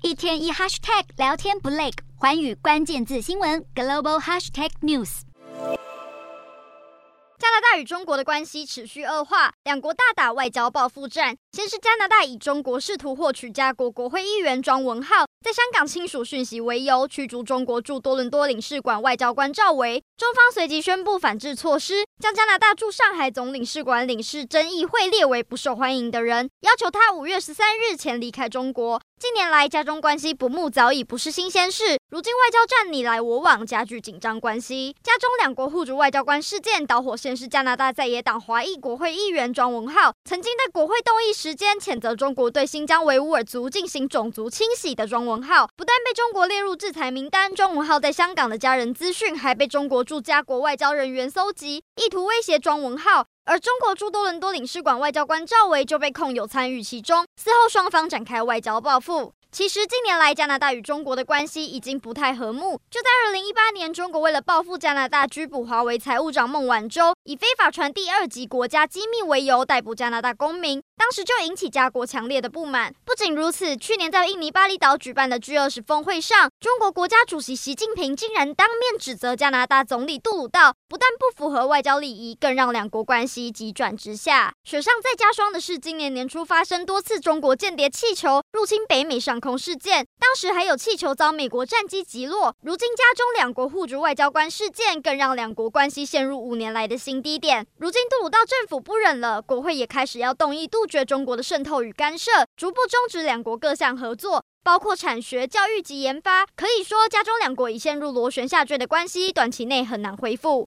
一天一 hashtag 聊天不累，寰宇关键字新闻 global hashtag news。加拿大与中国的关系持续恶化，两国大打外交报复战。先是加拿大以中国试图获取加国国会议员庄文浩在香港亲属讯息为由，驱逐中国驻多伦多领事馆外交官赵维。中方随即宣布反制措施，将加拿大驻上海总领事馆领事曾议会列为不受欢迎的人，要求他5月13日前离开中国。近年来，加中关系不睦早已不是新鲜事，如今外交战你来我往，加剧紧张关系。加中两国互逐外交官事件导火线是加拿大在野党华裔国会议员庄文浩曾经在国会动议时间谴责中国对新疆维吾尔族进行种族清洗的庄文浩，不但被中国列入制裁名单，庄文浩在香港的家人资讯还被中国驻加国外交人员搜集，意图威胁庄文浩。而中国驻多伦多领事馆外交官赵维就被控有参与其中，此后双方展开外交报复。其实近年来，加拿大与中国的关系已经不太和睦。就在2018年，中国为了报复加拿大，拘捕华为财务长孟晚舟，以非法传递2级国家机密为由逮捕加拿大公民，当时就引起加国强烈的不满。不仅如此，去年在印尼巴厘岛举办的G20峰会上，中国国家主席习近平竟然当面指责加拿大总理杜鲁道不但不符合外交礼仪，更让两国关系急转直下。雪上再加霜的是，今年年初发生多次中国间谍气球入侵北美上空事件，当时还有气球遭美国战机击落。如今加中两国互逐外交官事件，更让两国关系陷入5年来的新低点。如今杜鲁道政府不忍了，国会也开始要动议杜绝中国的渗透与干涉，逐步终止两国各项合作，包括产学、教育及研发。可以说，加中两国已陷入螺旋下坠的关系，短期内很难恢复。